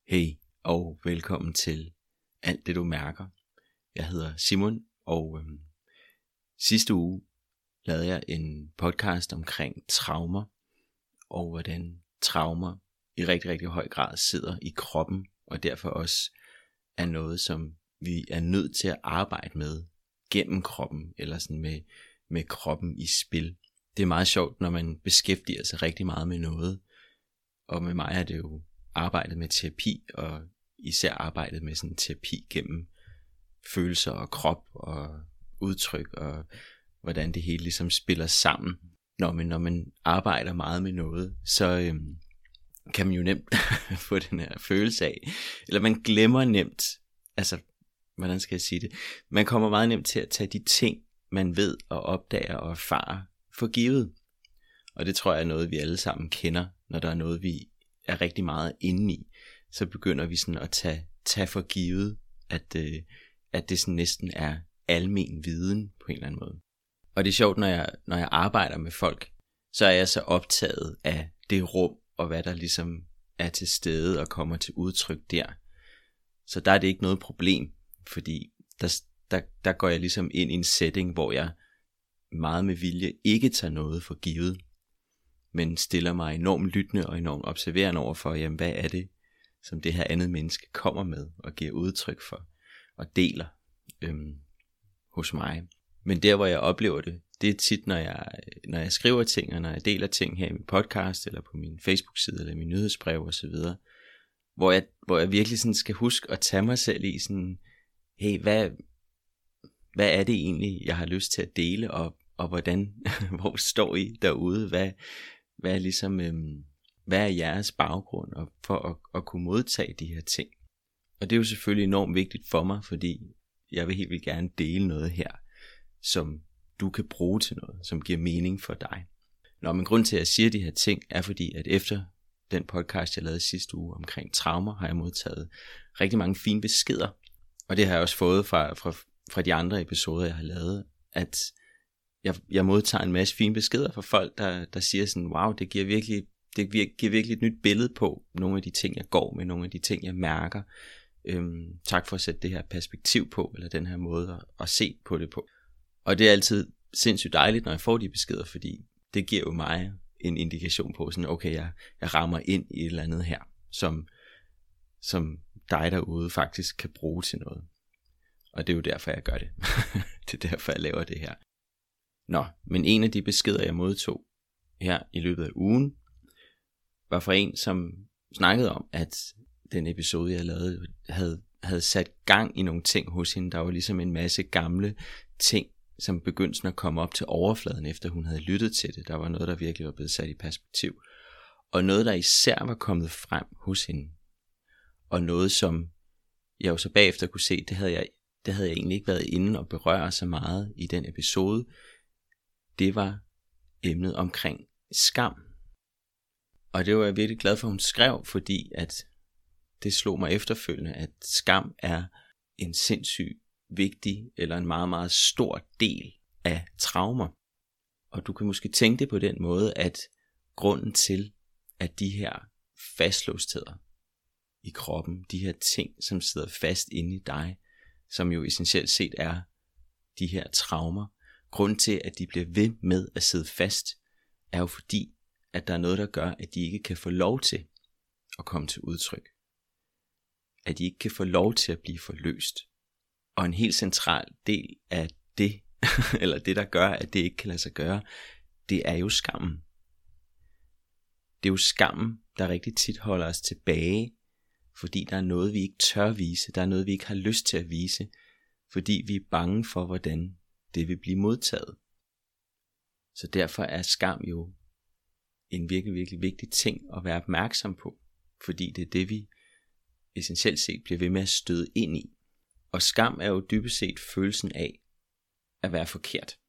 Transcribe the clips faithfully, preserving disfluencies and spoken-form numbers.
Hey og velkommen til Alt det du mærker. Jeg hedder Simon, og øhm, sidste uge lavede jeg en podcast omkring traumer, og hvordan traumer i rigtig, rigtig høj grad sidder i kroppen, og derfor også er noget, som vi er nødt til at arbejde med gennem kroppen, eller sådan med, med kroppen i spil. Det er meget sjovt, når man beskæftiger sig rigtig meget med noget, og med mig er det jo arbejdet med terapi, og især arbejdet med sådan terapi gennem følelser og krop og udtryk, og hvordan det hele ligesom spiller sammen. Når man, når man arbejder meget med noget, så øhm, kan man jo nemt få den her følelse af, eller man glemmer nemt, altså hvordan skal jeg sige det, man kommer meget nemt til at tage de ting, man ved og opdager og erfarer for givet. Og det tror jeg er noget, vi alle sammen kender, når der er noget, vi er rigtig meget inde i, så begynder vi sådan at tage, tage for givet, at, øh, at det sådan næsten er almen viden på en eller anden måde. Og det er sjovt, når jeg, når jeg arbejder med folk, så er jeg så optaget af det rum, og hvad der ligesom er til stede og kommer til udtryk der. Så der er det ikke noget problem, fordi der, der, der går jeg ligesom ind i en setting, hvor jeg meget med vilje ikke tager noget for givet, men stiller mig enormt lyttende og enormt observerende over for, jamen hvad er det, som det her andet menneske kommer med og giver udtryk for og deler øhm, hos mig. Men der hvor jeg oplever det, det er tit når jeg, når jeg skriver ting, og når jeg deler ting her i min podcast, eller på min Facebook-side, eller i min nyhedsbrev osv., hvor jeg, hvor jeg virkelig sådan skal huske at tage mig selv i sådan, hey, hvad, hvad er det egentlig, jeg har lyst til at dele, og, og hvordan, hvor står I derude, hvad, hvad er ligesom, øhm, hvad er jeres baggrund og for at, at kunne modtage de her ting. Og det er jo selvfølgelig enormt vigtigt for mig, fordi jeg vil helt vildt gerne dele noget her, som du kan bruge til noget, som giver mening for dig. Nå, men grund til at jeg siger de her ting, er fordi at efter den podcast jeg lavede sidste uge omkring traumer, har jeg modtaget rigtig mange fine beskeder. Og det har jeg også fået fra, fra, fra de andre episoder jeg har lavet, at jeg, jeg modtager en masse fine beskeder fra folk, der, der siger sådan, wow, det giver virkelig det giver virkelig et nyt billede på nogle af de ting, jeg går med, nogle af de ting, jeg mærker. Øhm, tak for at sætte det her perspektiv på, eller den her måde at, at se på det på. Og det er altid sindssygt dejligt, når jeg får de beskeder, fordi det giver jo mig en indikation på, sådan, okay, jeg, jeg rammer ind i et eller andet her, som, som dig derude faktisk kan bruge til noget. Og det er jo derfor, jeg gør det. Det er derfor, jeg laver det her. Nå, men en af de beskeder, jeg modtog her i løbet af ugen, var fra en, som snakkede om, at den episode, jeg lavede, havde, havde sat gang i nogle ting hos hende. Der var ligesom en masse gamle ting, som begyndte sådan at komme op til overfladen, efter hun havde lyttet til det. Der var noget, der virkelig var blevet sat i perspektiv. Og noget, der især var kommet frem hos hende. Og noget, som jeg jo så bagefter kunne se, det havde jeg, det havde jeg egentlig ikke været inde og berøre så meget i den episode. Det var emnet omkring skam. Og det var jeg virkelig glad for, hun skrev, fordi at det slog mig efterfølgende, at skam er en sindssygt vigtig, eller en meget, meget stor del af traumer. Og du kan måske tænke det på den måde, at grunden til, at de her fastlåstheder i kroppen, de her ting, som sidder fast inde i dig, som jo essentielt set er de her traumer, grunden til, at de bliver ved med at sidde fast, er jo fordi, at der er noget, der gør, at de ikke kan få lov til at komme til udtryk. At de ikke kan få lov til at blive forløst. Og en helt central del af det, eller det, der gør, at det ikke kan lade sig gøre, det er jo skammen. Det er jo skammen, der rigtig tit holder os tilbage, fordi der er noget, vi ikke tør vise, der er noget, vi ikke har lyst til at vise, fordi vi er bange for, hvordan det vil blive modtaget. Så derfor er skam jo en virkelig, virkelig vigtig ting at være opmærksom på, fordi det er det, vi essentielt set bliver ved med at støde ind i. Og skam er jo dybest set følelsen af at være forkert.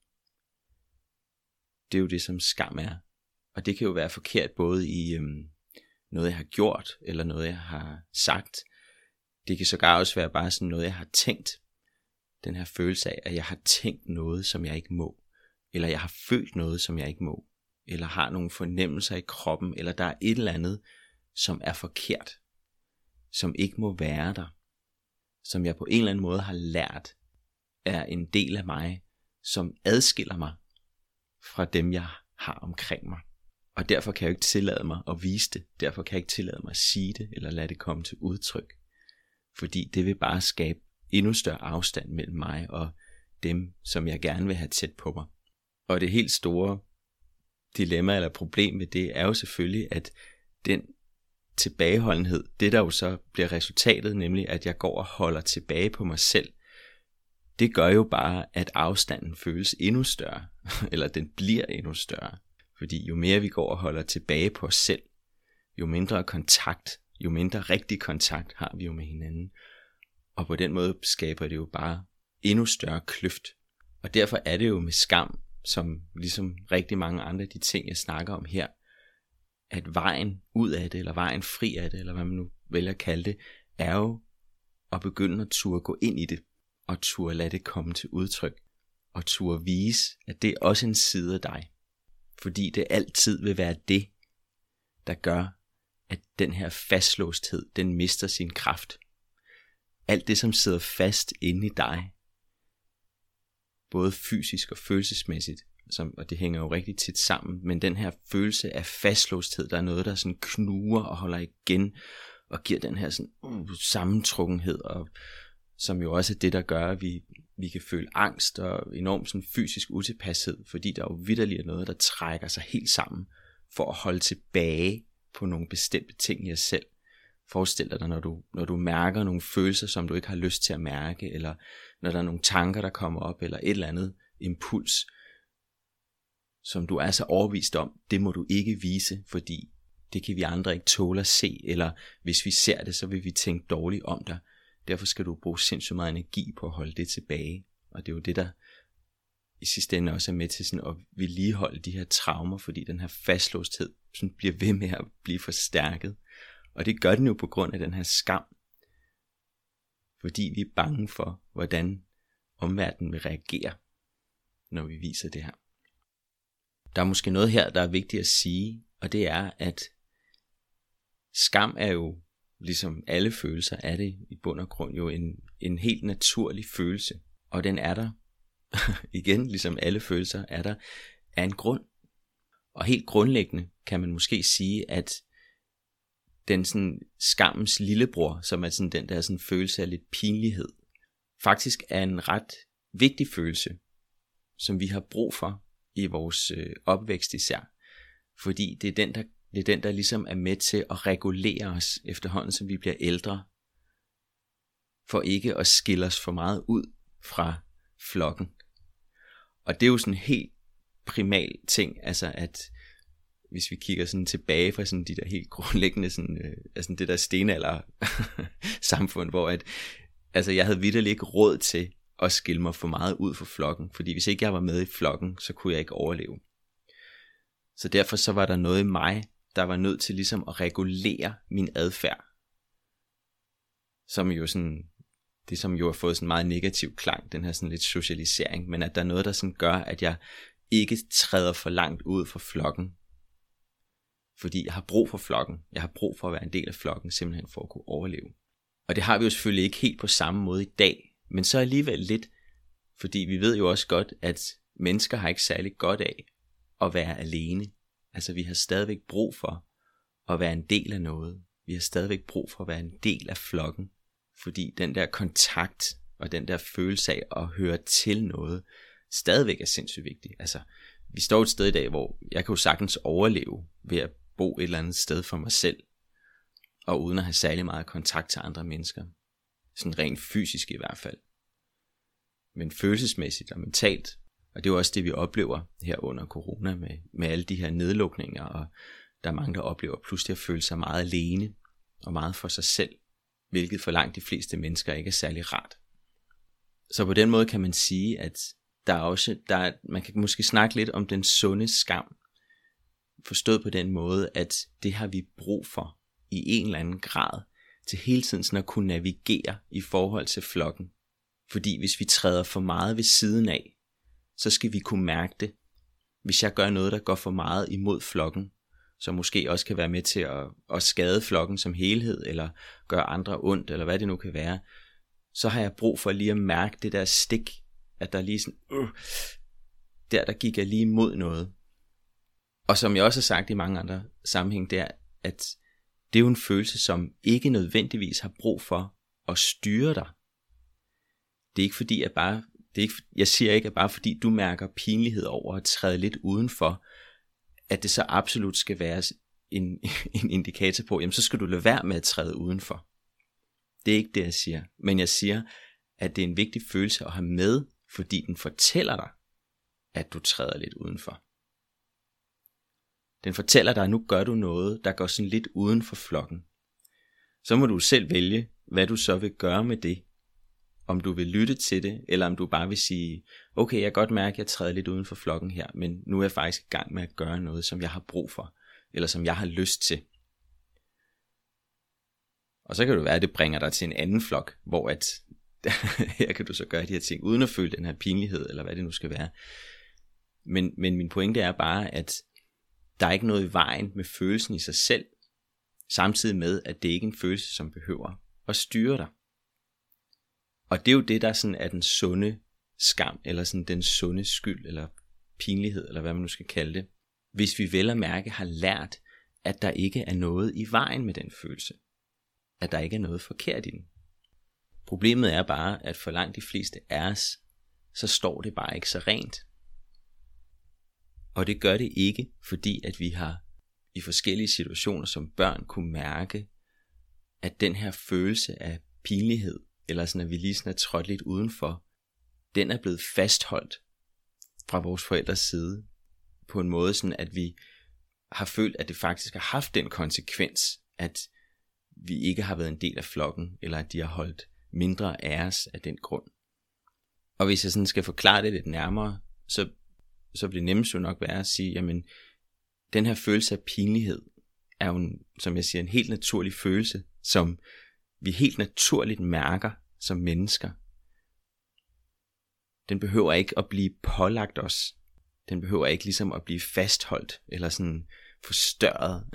Det er jo det, som skam er. Og det kan jo være forkert både i øhm, noget, jeg har gjort, eller noget, jeg har sagt. Det kan sågar også være bare sådan noget, jeg har tænkt. Den her følelse af, at jeg har tænkt noget, som jeg ikke må. Eller jeg har følt noget, som jeg ikke må. Eller har nogle fornemmelser i kroppen, eller der er et eller andet, som er forkert. som ikke må være der, som jeg på en eller anden måde har lært, er en del af mig, som adskiller mig fra dem, jeg har omkring mig. Og derfor kan jeg jo ikke tillade mig at vise det. Derfor kan jeg ikke tillade mig at sige det, eller lade det komme til udtryk. Fordi det vil bare skabe endnu større afstand mellem mig og dem, som jeg gerne vil have tæt på mig. Og det helt store dilemma eller problem ved det, er jo selvfølgelig, at den tilbageholdenhed, det der jo så bliver resultatet, nemlig at jeg går og holder tilbage på mig selv, det gør jo bare, at afstanden føles endnu større, eller den bliver endnu større. Fordi jo mere vi går og holder tilbage på os selv, jo mindre kontakt, jo mindre rigtig kontakt har vi jo med hinanden. Og på den måde skaber det jo bare endnu større kløft. Og derfor er det jo med skam, som ligesom rigtig mange andre af de ting, jeg snakker om her, at vejen ud af det, eller vejen fri af det, eller hvad man nu vælger at kalde det, er jo at begynde at turde gå ind i det, og turde lade det komme til udtryk, og turde vise, at det er også en side af dig. Fordi det altid vil være det, der gør, at den her fastlåsthed, den mister sin kraft. Alt det, som sidder fast inde i dig, både fysisk og følelsesmæssigt, som, og det hænger jo rigtig tit sammen, men den her følelse af fastlåsthed, der er noget, der sådan knuger og holder igen, og giver den her sådan, uh, sammentrukkenhed, og som jo også er det, der gør, at vi, vi kan føle angst og enormt sådan fysisk utilpashed, fordi der jo vitterligt er noget, der trækker sig helt sammen for at holde tilbage på nogle bestemte ting i os selv. Forestil dig, når du, når du mærker nogle følelser, som du ikke har lyst til at mærke, eller når der er nogle tanker, der kommer op, eller et eller andet impuls, som du er så overbevist om, det må du ikke vise, fordi det kan vi andre ikke tåle at se, eller hvis vi ser det, så vil vi tænke dårligt om dig. Derfor skal du bruge sindssygt meget energi på at holde det tilbage. Og det er jo det, der i sidste ende også er med til sådan at vedligeholde de her traumer, fordi den her fastlåsthed sådan bliver ved med at blive forstærket. Og det gør den jo på grund af den her skam. Fordi vi er bange for, hvordan omverdenen vil reagere, når vi viser det her. Der er måske noget her, der er vigtigt at sige, og det er, at skam er jo, ligesom alle følelser er det i bund og grund jo en, en helt naturlig følelse. Og den er der, igen ligesom alle følelser er der, af en grund. Og helt grundlæggende kan man måske sige, at den sådan skammens lillebror, som er sådan den der sådan følelse af lidt pinlighed, faktisk er en ret vigtig følelse, som vi har brug for i vores øh, opvækst især. Fordi det er den, der Det er den, der ligesom er med til at regulere os efterhånden, som vi bliver ældre, for ikke at skille os for meget ud fra flokken. Og det er jo sådan en helt primal ting, altså at hvis vi kigger sådan tilbage fra sådan de der helt grundlæggende, sådan, øh, altså det der stenalder samfund, hvor at, altså jeg havde vitterligt ikke råd til at skille mig for meget ud fra flokken, fordi hvis ikke jeg var med i flokken, så kunne jeg ikke overleve. Så derfor så var der noget i mig, der var nødt til ligesom at regulere min adfærd. Som jo sådan, det som jo har fået sådan meget negativ klang, den her sådan lidt socialisering, men at der er noget, der sådan gør, at jeg ikke træder for langt ud fra flokken. Fordi jeg har brug for flokken. Jeg har brug for at være en del af flokken, simpelthen for at kunne overleve. Og det har vi jo selvfølgelig ikke helt på samme måde i dag, men så alligevel lidt, fordi vi ved jo også godt, at mennesker har ikke særlig godt af at være alene. Altså vi har stadigvæk brug for at være en del af noget. Vi har stadigvæk brug for at være en del af flokken. Fordi den der kontakt og den der følelse af at høre til noget, stadigvæk er sindssygt vigtig. Altså vi står et sted i dag, hvor jeg kan jo sagtens overleve ved at bo et eller andet sted for mig selv. Og uden at have særlig meget kontakt til andre mennesker. Sådan rent fysisk i hvert fald. Men følelsesmæssigt og mentalt. Og det er jo også det, vi oplever her under corona med, med alle de her nedlukninger, og der er mange, der oplever pludselig at føle sig meget alene og meget for sig selv, hvilket for langt de fleste mennesker ikke er særlig rart. Så på den måde kan man sige, at der er også, der er, man kan måske snakke lidt om den sunde skam, forstået på den måde, at det har vi brug for i en eller anden grad, til hele tiden sådan at kunne navigere i forhold til flokken. Fordi hvis vi træder for meget ved siden af, så skal vi kunne mærke det. Hvis jeg gør noget, der går for meget imod flokken, som måske også kan være med til at, at skade flokken som helhed, eller gøre andre ondt, eller hvad det nu kan være, så har jeg brug for lige at mærke det der stik, at der lige sådan, øh, der der gik jeg lige imod noget. Og som jeg også har sagt i mange andre sammenhæng, det er, at det er jo en følelse, som ikke nødvendigvis har brug for at styre dig. Det er ikke fordi, at bare, det er ikke, jeg siger ikke, at bare fordi du mærker pinlighed over at træde lidt udenfor, at det så absolut skal være en, en indikator på, jamen så skal du lade være med at træde udenfor. Det er ikke det, jeg siger. Men jeg siger, at det er en vigtig følelse at have med, fordi den fortæller dig, at du træder lidt udenfor. Den fortæller dig, at nu gør du noget, der går sådan lidt uden for flokken. Så må du selv vælge, hvad du så vil gøre med det. Om du vil lytte til det, eller om du bare vil sige, okay, jeg kan godt mærke, at jeg træder lidt uden for flokken her, men nu er jeg faktisk i gang med at gøre noget, som jeg har brug for, eller som jeg har lyst til. Og så kan det være, at det bringer dig til en anden flok, hvor at, her kan du så gøre de her ting, uden at føle den her pinlighed, eller hvad det nu skal være. Men, men min pointe er bare, at der er ikke noget i vejen med følelsen i sig selv, samtidig med, at det ikke er en følelse, som behøver at styre dig. Og det er jo det, der sådan er den sunde skam, eller sådan den sunde skyld, eller pinlighed, eller hvad man nu skal kalde det. Hvis vi vel at mærke har lært, at der ikke er noget i vejen med den følelse. At der ikke er noget forkert i den. Problemet er bare, at for langt de fleste af os, så står det bare ikke så rent. Og det gør det ikke, fordi at vi har i forskellige situationer som børn kunne mærke, at den her følelse af pinlighed, eller sådan at vi lige sådan er trådt lidt udenfor, den er blevet fastholdt fra vores forældres side, på en måde sådan at vi har følt, at det faktisk har haft den konsekvens, at vi ikke har været en del af flokken, eller at de har holdt mindre af os af den grund. Og hvis jeg sådan skal forklare det lidt nærmere, så, så bliver det nemmest jo nok være at sige, jamen den her følelse af pinlighed, er jo en, som jeg siger, en helt naturlig følelse, som vi helt naturligt mærker som mennesker. Den behøver ikke at blive pålagt os. Den behøver ikke ligesom at blive fastholdt, eller sådan forstørret.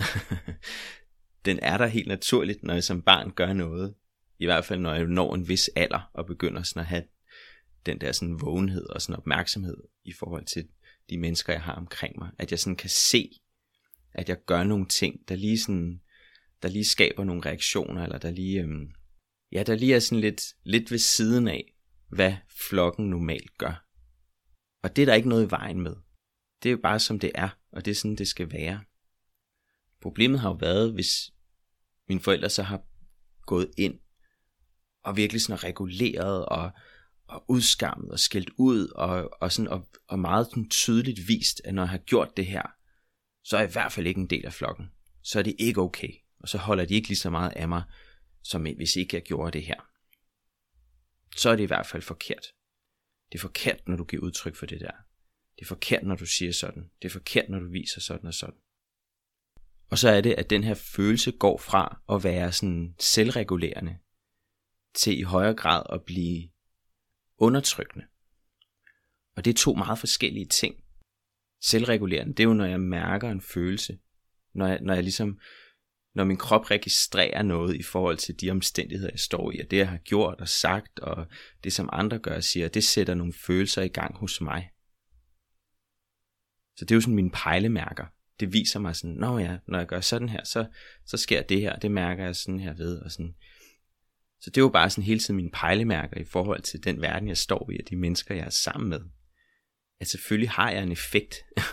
Den er der helt naturligt, når jeg som barn gør noget. I hvert fald når jeg når en vis alder, og begynder sådan at have den der sådan vågenhed og sådan opmærksomhed i forhold til de mennesker, jeg har omkring mig. At jeg sådan kan se, at jeg gør nogle ting, der lige sådan, der lige skaber nogle reaktioner, eller der lige, øhm, ja, der lige er sådan lidt, lidt ved siden af, hvad flokken normalt gør. Og det er der ikke noget i vejen med. Det er jo bare som det er, og det er sådan det skal være. Problemet har jo været, hvis mine forældre så har gået ind, og virkelig sådan reguleret, og, og udskammet, og skældt ud, og, og, sådan, og, og meget sådan tydeligt vist, at når jeg har gjort det her, så er jeg i hvert fald ikke en del af flokken. Så er det ikke okay. Og så holder de ikke lige så meget af mig, som hvis ikke jeg gjorde det her. Så er det i hvert fald forkert. Det er forkert, når du giver udtryk for det der. Det er forkert, når du siger sådan. Det er forkert, når du viser sådan og sådan. Og så er det, at den her følelse går fra at være sådan selvregulerende, til i højere grad at blive undertrykkende. Og det er to meget forskellige ting. Selvregulerende, det er jo, når jeg mærker en følelse. Når jeg, når jeg ligesom, når min krop registrerer noget i forhold til de omstændigheder, jeg står i, og det, jeg har gjort og sagt, og det, som andre gør og siger, det sætter nogle følelser i gang hos mig. Så det er jo sådan mine pejlemærker. Det viser mig sådan, nå ja, når jeg gør sådan her, så, så sker det her, det mærker jeg sådan her ved, og sådan. Så det er jo bare sådan hele tiden mine pejlemærker i forhold til den verden, jeg står i, og de mennesker, jeg er sammen med. At selvfølgelig har jeg en effekt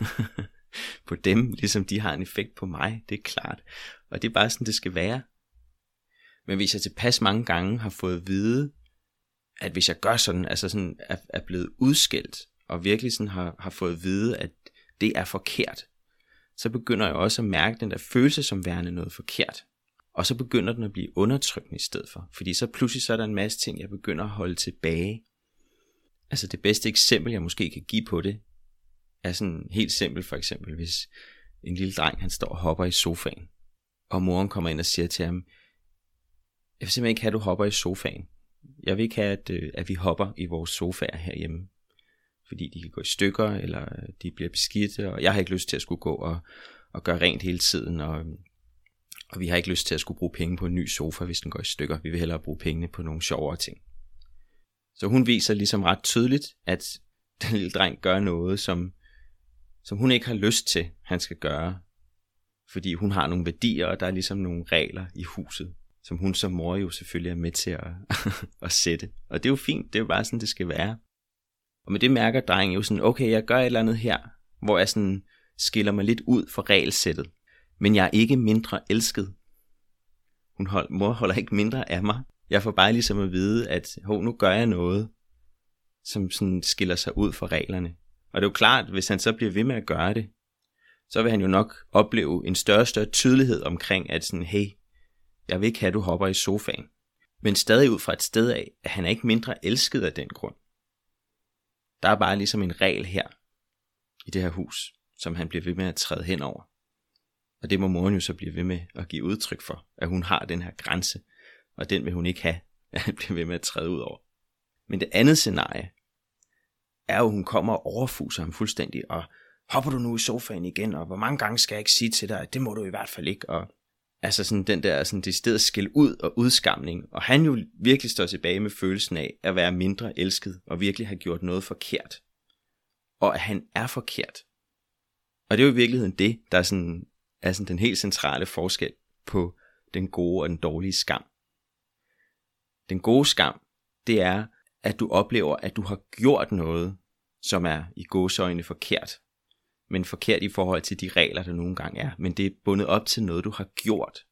på dem, ligesom de har en effekt på mig, det er klart. Og det er bare sådan, det skal være. Men hvis jeg tilpas mange gange har fået at vide, at hvis jeg gør sådan, altså sådan er, er blevet udskældt, og virkelig sådan har, har fået at vide, at det er forkert, så begynder jeg også at mærke den der følelse som værende noget forkert. Og så begynder den at blive undertrykkende i stedet for. Fordi så pludselig så er der en masse ting, jeg begynder at holde tilbage. Altså det bedste eksempel, jeg måske kan give på det, er sådan helt simpelt, for eksempel hvis en lille dreng, han står og hopper i sofaen, og moren kommer ind og siger til ham, jeg vil simpelthen ikke have, at du hopper i sofaen. Jeg vil ikke have, at, at vi hopper i vores sofaer herhjemme, fordi de kan gå i stykker, eller de bliver beskidte, og jeg har ikke lyst til at skulle gå og, og gør rent hele tiden, og, og vi har ikke lyst til at skulle bruge penge på en ny sofa, hvis den går i stykker. Vi vil hellere bruge pengene på nogle sjovere ting. Så hun viser ligesom ret tydeligt, at den lille dreng gør noget, som, som hun ikke har lyst til, han skal gøre. Fordi hun har nogle værdier, og der er ligesom nogle regler i huset, som hun som mor jo selvfølgelig er med til at, at sætte. Og det er jo fint, det er jo bare sådan, det skal være. Og med det mærker drengen jo sådan, okay, jeg gør et eller andet her, hvor jeg sådan skiller mig lidt ud fra regelsættet. Men jeg er ikke mindre elsket. Hun hold, mor holder ikke mindre af mig. Jeg får bare ligesom at vide, at hov, nu gør jeg noget, som sådan skiller sig ud fra reglerne. Og det er jo klart, at hvis han så bliver ved med at gøre det, så vil han jo nok opleve en større og større tydelighed omkring, at sådan, hey, jeg vil ikke have, at du hopper i sofaen. Men stadig ud fra et sted af, at han er ikke mindre elsket af den grund. Der er bare ligesom en regel her, i det her hus, som han bliver ved med at træde hen over. Og det må moren jo så blive ved med at give udtryk for, at hun har den her grænse, og den vil hun ikke have, at han bliver ved med at træde ud over. Men det andet scenarie, er jo, at hun kommer og overfuser ham fuldstændig, og hopper du nu i sofaen igen, og hvor mange gange skal jeg ikke sige til dig, at det må du i hvert fald ikke, og altså sådan den der sådan decideret skæld ud og udskamning, og han jo virkelig står tilbage med følelsen af at være mindre elsket, og virkelig have gjort noget forkert, og at han er forkert. Og det er jo i virkeligheden det, der er sådan, er sådan den helt centrale forskel på den gode og den dårlige skam. Den gode skam, det er, at du oplever, at du har gjort noget, som er i gåseøjne forkert, men forkert i forhold til de regler, der nogle gange er, men det er bundet op til noget, du har gjort.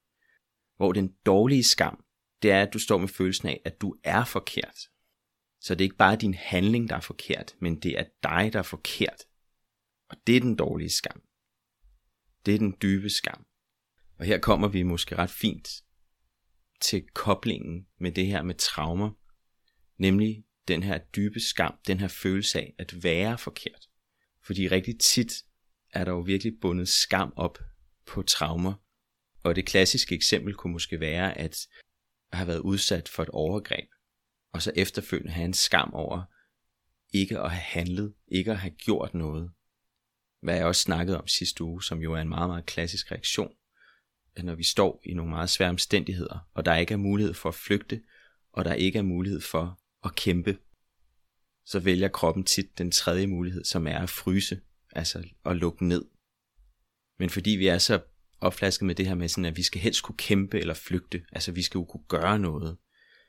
Hvor den dårlige skam, det er, at du står med følelsen af, at du er forkert. Så det er ikke bare din handling, der er forkert, men det er dig, der er forkert. Og det er den dårlige skam. Det er den dybe skam. Og her kommer vi måske ret fint til koblingen med det her med traumer, nemlig den her dybe skam, den her følelse af at være forkert. Fordi rigtig tit er der jo virkelig bundet skam op på traumer. Og det klassiske eksempel kunne måske være at have været udsat for et overgreb, og så efterfølgende have en skam over ikke at have handlet, ikke at have gjort noget. Hvad jeg også snakkede om sidste uge, som jo er en meget, meget klassisk reaktion, at når vi står i nogle meget svære omstændigheder, og der ikke er mulighed for at flygte, og der ikke er mulighed for at kæmpe, så vælger kroppen tit den tredje mulighed, som er at fryse, altså at lukke ned. Men fordi vi er så opflasket med det her med, sådan, at vi skal helst kunne kæmpe eller flygte, altså vi skal jo kunne gøre noget,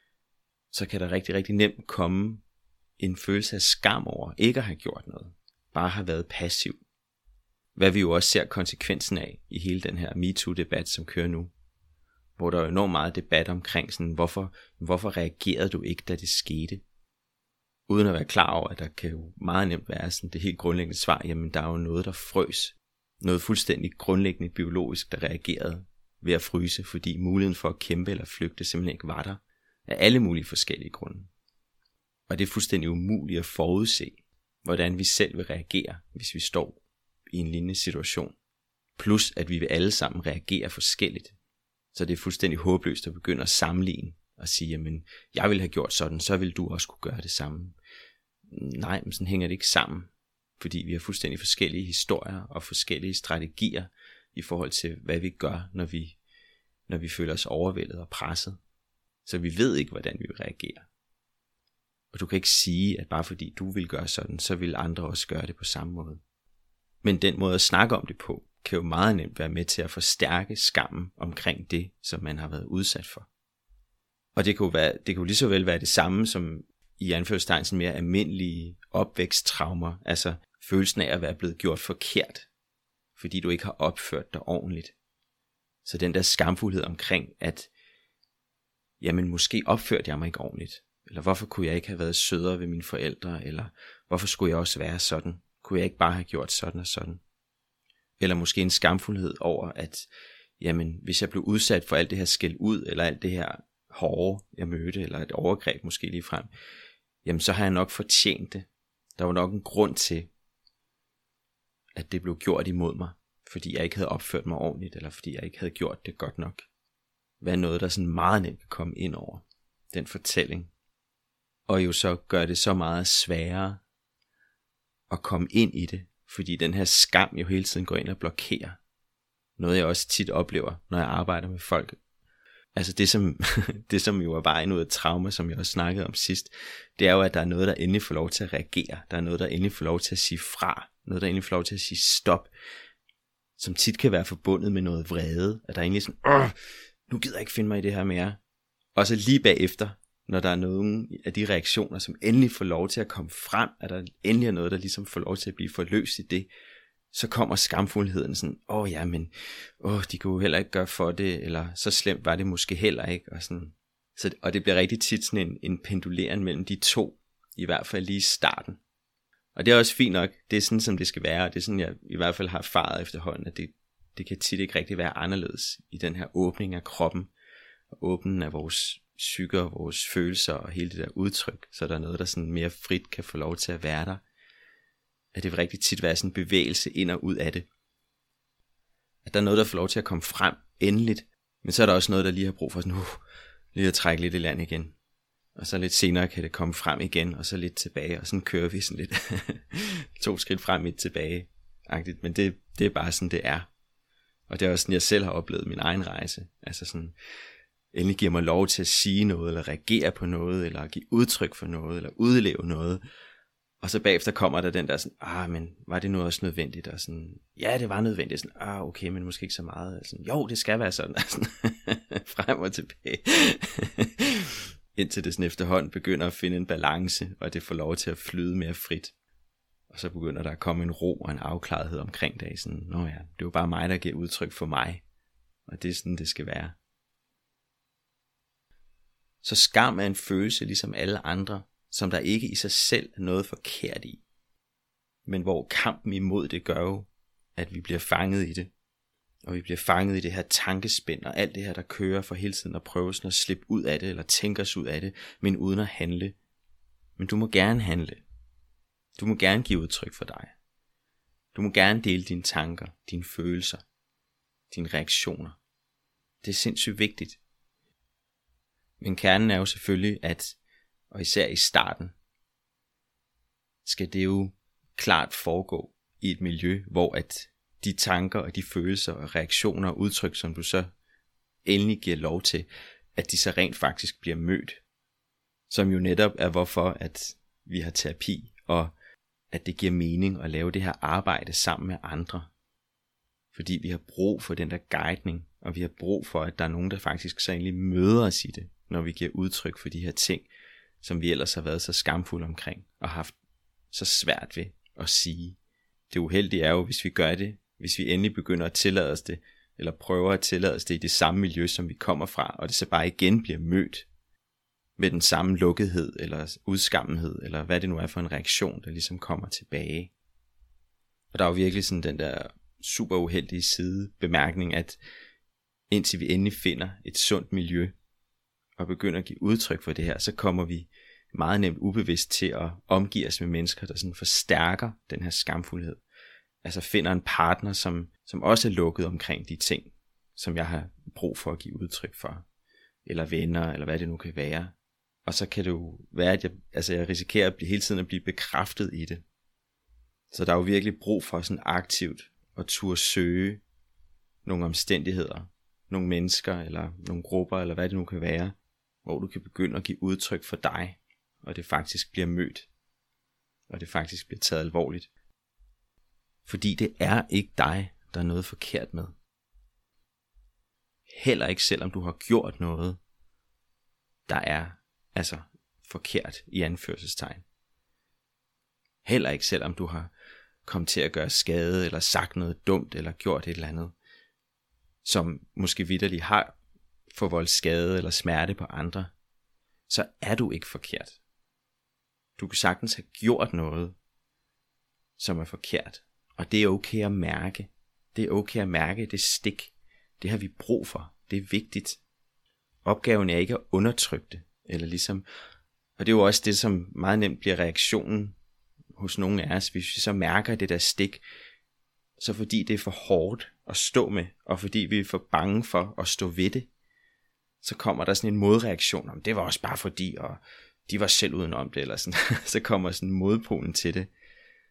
så kan der rigtig, rigtig nemt komme en følelse af skam over ikke at have gjort noget, bare have været passiv. Hvad vi jo også ser konsekvensen af i hele den her MeToo-debat, som kører nu, hvor der er enormt meget debat omkring, sådan, hvorfor, hvorfor reagerede du ikke, da det skete? Uden at være klar over, at der kan jo meget nemt være sådan det helt grundlæggende svar, jamen der er jo noget, der frøs. Noget fuldstændig grundlæggende biologisk, der reagerede ved at fryse, fordi muligheden for at kæmpe eller flygte simpelthen ikke var der, af alle mulige forskellige grunde. Og det er fuldstændig umuligt at forudse, hvordan vi selv vil reagere, hvis vi står i en lignende situation. Plus at vi vil alle sammen reagere forskelligt. Så det er fuldstændig håbløst at begynde at sammenligne og sige, jamen jeg ville have gjort sådan, så vil du også kunne gøre det samme. Nej, men sådan hænger det ikke sammen. Fordi vi har fuldstændig forskellige historier og forskellige strategier i forhold til, hvad vi gør, når vi, når vi føler os overvældet og presset. Så vi ved ikke, hvordan vi vil reagere. Og du kan ikke sige, at bare fordi du vil gøre sådan, så vil andre også gøre det på samme måde. Men den måde at snakke om det på, kan jo meget nemt være med til at forstærke skammen omkring det, som man har været udsat for. Og det kan jo, være, det kan jo lige så vel være det samme som i anførselstegn sådan mere almindelige opvæksttraumer, altså følelsen af at være blevet gjort forkert, fordi du ikke har opført dig ordentligt. Så den der skamfuldhed omkring, at jamen måske opførte jeg mig ikke ordentligt, eller hvorfor kunne jeg ikke have været sødere ved mine forældre, eller hvorfor skulle jeg også være sådan, kunne jeg ikke bare have gjort sådan og sådan. Eller måske en skamfuldhed over, at jamen hvis jeg blev udsat for alt det her skæld ud, eller alt det her hårde jeg mødte, eller et overgreb måske lige frem, jamen så har jeg nok fortjent det. Der var nok en grund til, at det blev gjort imod mig, fordi jeg ikke havde opført mig ordentligt, eller fordi jeg ikke havde gjort det godt nok. Hvad er noget, der sådan meget nemt kan komme ind over den fortælling, og jo så gør det så meget sværere at komme ind i det, Fordi den her skam jo hele tiden går ind og blokerer. Noget jeg også tit oplever, når jeg arbejder med folk. Altså det som, det som jo er vejen ud af trauma, som jeg også snakkede om sidst, det er jo, at der er noget, der endelig får lov til at reagere. Der er noget, der endelig får lov til at sige fra. Noget, der endelig får lov til at sige stop. Som tit kan være forbundet med noget vrede. At der er egentlig sådan, åh, nu gider jeg ikke finde mig i det her mere. Og så lige bagefter, når der er nogle af de reaktioner, som endelig får lov til at komme frem, at der endelig er noget, der ligesom får lov til at blive forløst i det, så kommer skamfuldheden sådan, åh ja, men åh, de kunne jo heller ikke gøre for det, eller så slemt var det måske heller ikke, og sådan. Så, og det bliver rigtig tit sådan en, en penduleren mellem de to, i hvert fald lige i starten. Og det er også fint nok, det er sådan, som det skal være, og det er sådan, jeg i hvert fald har erfaret efterhånden, at det, det kan tit ikke rigtig være anderledes i den her åbning af kroppen, og åbningen af vores psyker, vores følelser og hele det der udtryk, så der er noget, der sådan mere frit kan få lov til at være der. At det vil rigtig tit være sådan en bevægelse ind og ud af det. At der er noget, der får lov til at komme frem endeligt, men så er der også noget, der lige har brug for sådan, uh, lige at trække lidt i land igen. Og så lidt senere kan det komme frem igen, og så lidt tilbage, og sådan kører vi sådan lidt to skridt frem, et tilbage. -agtigt. Men det, det er bare sådan, det er. Og det er også sådan, jeg selv har oplevet min egen rejse. Altså sådan, endelig giver mig lov til at sige noget, eller reagere på noget, eller give udtryk for noget, eller udleve noget. Og så bagefter kommer der den der sådan, ah, men var det nu også nødvendigt? Og sådan, ja, det var nødvendigt. Sådan, ah, okay, men måske ikke så meget. Sådan, jo, det skal være sådan. sådan frem og tilbage. Indtil det sådan efterhånden begynder at finde en balance, og det får lov til at flyde mere frit. Og så begynder der at komme en ro og en afklarethed omkring det. Sådan, nå ja, det er jo bare mig, der giver udtryk for mig. Og det er sådan, det skal være. Så skam er en følelse, ligesom alle andre, som der ikke i sig selv er noget forkert i. Men hvor kampen imod det gør jo, at vi bliver fanget i det. Og vi bliver fanget i det her tankespænd, og alt det her, der kører for hele tiden at prøve sådan at slippe ud af det, eller tænke os ud af det, men uden at handle. Men du må gerne handle. Du må gerne give udtryk for dig. Du må gerne dele dine tanker, dine følelser, dine reaktioner. Det er sindssygt vigtigt. Men kernen er jo selvfølgelig, at, og især i starten, skal det jo klart foregå i et miljø, hvor at de tanker og de følelser og reaktioner og udtryk, som du så endelig giver lov til, at de så rent faktisk bliver mødt. Som jo netop er hvorfor, at vi har terapi, og at det giver mening at lave det her arbejde sammen med andre. Fordi vi har brug for den der guidning, og vi har brug for, at der er nogen, der faktisk så egentlig møder os i det, når vi giver udtryk for de her ting, som vi ellers har været så skamfulde omkring, og haft så svært ved at sige. Det uheldige er jo, hvis vi gør det, hvis vi endelig begynder at tillade os det, eller prøver at tillade os det i det samme miljø, som vi kommer fra, og det så bare igen bliver mødt med den samme lukkethed, eller udskammenhed, eller hvad det nu er for en reaktion, der ligesom kommer tilbage. Og der er jo virkelig sådan den der super uheldige side bemærkning, at indtil vi endelig finder et sundt miljø, og begynder at give udtryk for det her, så kommer vi meget nemt ubevidst til at omgive os med mennesker, der sådan forstærker den her skamfuldhed. Altså finder en partner, som, som også er lukket omkring de ting, som jeg har brug for at give udtryk for. Eller venner, eller hvad det nu kan være. Og så kan det jo være, at jeg, altså jeg risikerer at blive, hele tiden at blive bekræftet i det. Så der er jo virkelig brug for sådan aktivt at turde søge nogle omstændigheder, nogle mennesker, eller nogle grupper, eller hvad det nu kan være, hvor du kan begynde at give udtryk for dig, og det faktisk bliver mødt, og det faktisk bliver taget alvorligt. Fordi det er ikke dig, der er noget forkert med. Heller ikke selvom du har gjort noget, der er altså forkert i anførselstegn. Heller ikke selvom du har kommet til at gøre skade, eller sagt noget dumt, eller gjort et eller andet, som måske vitterligt har forvoldt skade eller smerte på andre, så er du ikke forkert. Du kan sagtens have gjort noget, som er forkert. Og det er okay at mærke. Det er okay at mærke det stik. Det har vi brug for. Det er vigtigt. Opgaven er ikke at undertrykke det. Eller ligesom, og det er jo også det, som meget nemt bliver reaktionen hos nogle af os, hvis vi så mærker det der stik, så fordi det er for hårdt at stå med, og fordi vi er for bange for at stå ved det, så kommer der sådan en modreaktion om, det var også bare fordi, og de var selv udenom det, eller sådan. Så kommer sådan modpolen til det,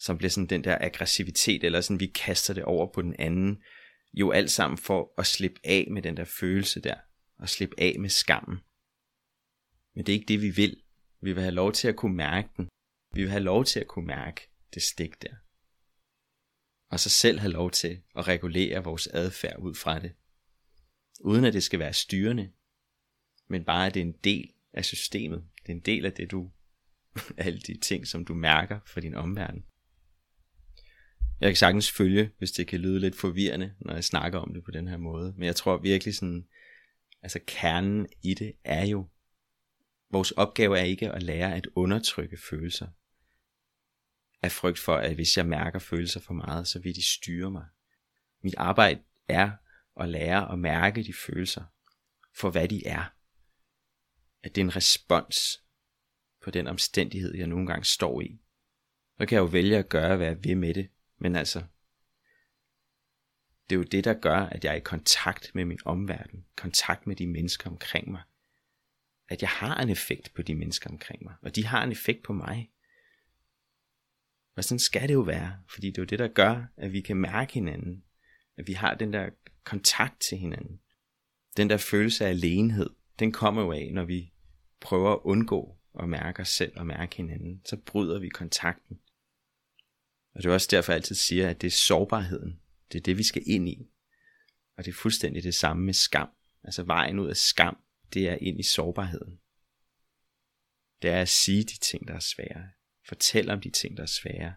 som bliver sådan den der aggressivitet, eller sådan vi kaster det over på den anden, jo alt sammen for at slippe af med den der følelse der, og slippe af med skammen. Men det er ikke det vi vil. Vi vil have lov til at kunne mærke den. Vi vil have lov til at kunne mærke det stik der. Og så selv have lov til at regulere vores adfærd ud fra det. Uden at det skal være styrende, men bare at det er en del af systemet. Det er en del af det du, alle de ting som du mærker for din omverden. Jeg kan sagtens følge, hvis det kan lyde lidt forvirrende, når jeg snakker om det på den her måde. Men jeg tror virkelig sådan, altså kernen i det er jo, vores opgave er ikke at lære at undertrykke følelser. Af frygt for, at hvis jeg mærker følelser for meget, så vil de styre mig. Mit arbejde er at lære at mærke de følelser for hvad de er. At det er en respons på den omstændighed, jeg nogle gange står i. Så kan jeg jo vælge at gøre, hvad jeg vil med det. Men altså, det er jo det, der gør, at jeg er i kontakt med min omverden. Kontakt med de mennesker omkring mig. At jeg har en effekt på de mennesker omkring mig. Og de har en effekt på mig. Og sådan skal det jo være. Fordi det er jo det, der gør, at vi kan mærke hinanden. At vi har den der kontakt til hinanden. Den der følelse af alenehed, den kommer jo af, når vi prøver at undgå at mærke os selv og mærke hinanden. Så bryder vi kontakten. Og det er også derfor, jeg altid siger, at det er sårbarheden. Det er det, vi skal ind i. Og det er fuldstændig det samme med skam. Altså vejen ud af skam, det er ind i sårbarheden. Det er at sige de ting, der er svære. Fortælle om de ting, der er svære.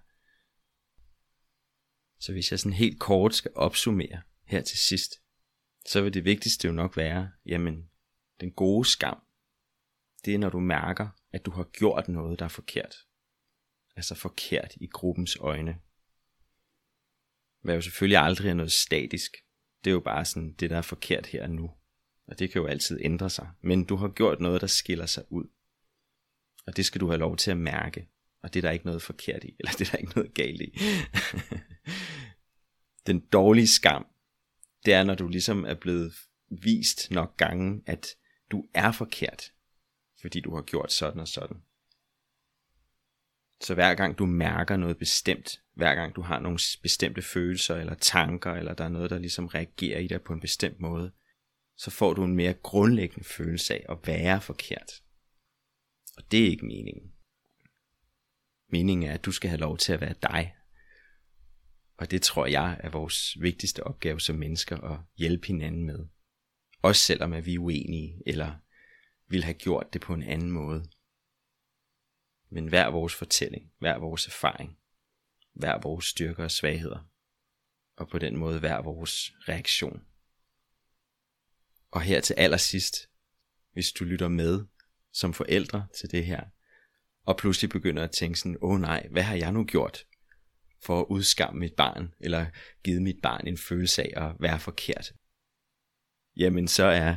Så hvis jeg sådan helt kort skal opsummere her til sidst, så vil det vigtigste jo nok være, jamen, den gode skam, det er når du mærker, at du har gjort noget, der er forkert. Altså forkert i gruppens øjne. Hvad jo selvfølgelig aldrig er noget statisk. Det er jo bare sådan, det der er forkert her og nu. Og det kan jo altid ændre sig. Men du har gjort noget, der skiller sig ud. Og det skal du have lov til at mærke. Og det er der ikke noget forkert i. Eller det er der ikke noget galt i. Den dårlige skam, det er når du ligesom er blevet vist nok gange, at du er forkert. Fordi du har gjort sådan og sådan. Så hver gang du mærker noget bestemt, hver gang du har nogle bestemte følelser eller tanker, eller der er noget, der ligesom reagerer i dig på en bestemt måde, så får du en mere grundlæggende følelse af at være forkert. Og det er ikke meningen. Meningen er, at du skal have lov til at være dig. Og det tror jeg er vores vigtigste opgave som mennesker at hjælpe hinanden med. Også selvom at vi er uenige, eller vil have gjort det på en anden måde. Men hver vores fortælling, hver vores erfaring, hver vores styrker og svagheder, og på den måde hver vores reaktion. Og her til allersidst, hvis du lytter med som forældre til det her, og pludselig begynder at tænke sådan, åh nej, hvad har jeg nu gjort for at udskamme mit barn, eller give mit barn en følelse af at være forkert? Jamen så er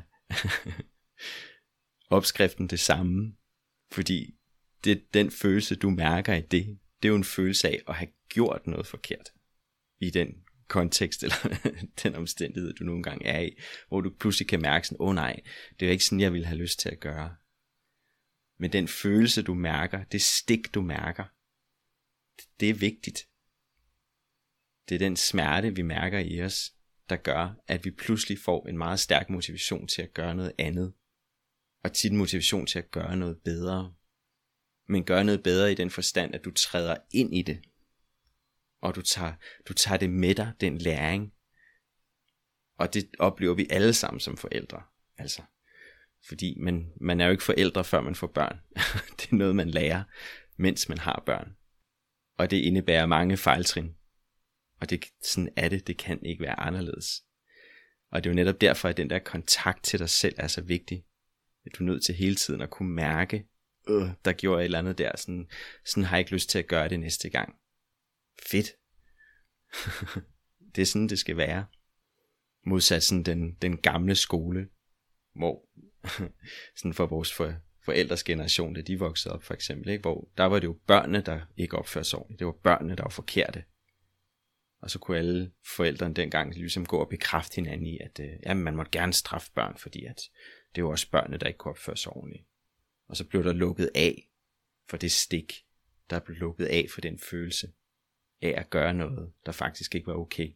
opskriften det samme, fordi det, den følelse du mærker i det, det er jo en følelse af at have gjort noget forkert i den kontekst eller den omstændighed du nogle gange er i, hvor du pludselig kan mærke sådan, åh nej, det er jo ikke sådan jeg ville have lyst til at gøre. Men den følelse du mærker, det stik du mærker, det er vigtigt. Det er den smerte vi mærker i os, der gør at vi pludselig får en meget stærk motivation til at gøre noget andet, og tit motivation til at gøre noget bedre. Men gøre noget bedre i den forstand, at du træder ind i det. Og du tager, du tager det med dig, den læring. Og det oplever vi alle sammen som forældre. Altså, fordi man, man er jo ikke forældre, før man får børn. Det er noget, man lærer, mens man har børn. Og det indebærer mange fejltrin. Og det, sådan er det, det kan ikke være anderledes. Og det er jo netop derfor, at den der kontakt til dig selv er så vigtig. At du er nødt til hele tiden at kunne mærke, Øh, der gjorde jeg et eller andet der, sådan, sådan har jeg ikke lyst til at gøre det næste gang. Fedt. Det er sådan det skal være. Modsat sådan den, den gamle skole, hvor sådan for vores for, forældres generation, da de voksede op for eksempel, ikke? Hvor der var det jo børnene, der ikke opførte sig ordentligt. Det var børnene, der var forkerte. Og så kunne alle forældrene dengang ligesom gå og bekræfte hinanden i, at øh, jamen, man måtte gerne straffe børn, fordi at det var også børnene, der ikke kunne opføre sig ordentligt. Og så blev der lukket af for det stik. Der blev lukket af for den følelse. af at gøre noget, der faktisk ikke var okay.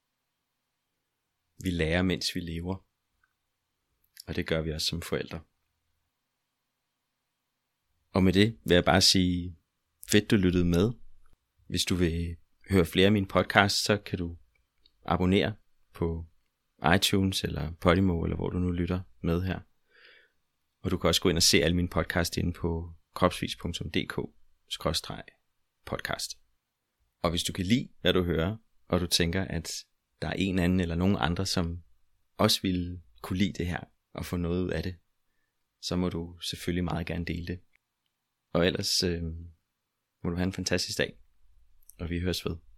Vi lærer, mens vi lever. Og det gør vi også som forældre. Og med det vil jeg bare sige, fedt du lyttede med. Hvis du vil høre flere af mine podcasts, så kan du abonnere på iTunes eller Podimo, eller hvor du nu lytter med her. Og du kan også gå ind og se alle mine podcasts inde på kropsvis punktum d k skråstreg podcast. Og hvis du kan lide, hvad du hører, og du tænker, at der er en anden eller nogen andre, som også ville kunne lide det her og få noget ud af det, så må du selvfølgelig meget gerne dele det. Og ellers øh, må du have en fantastisk dag, og vi høres ved.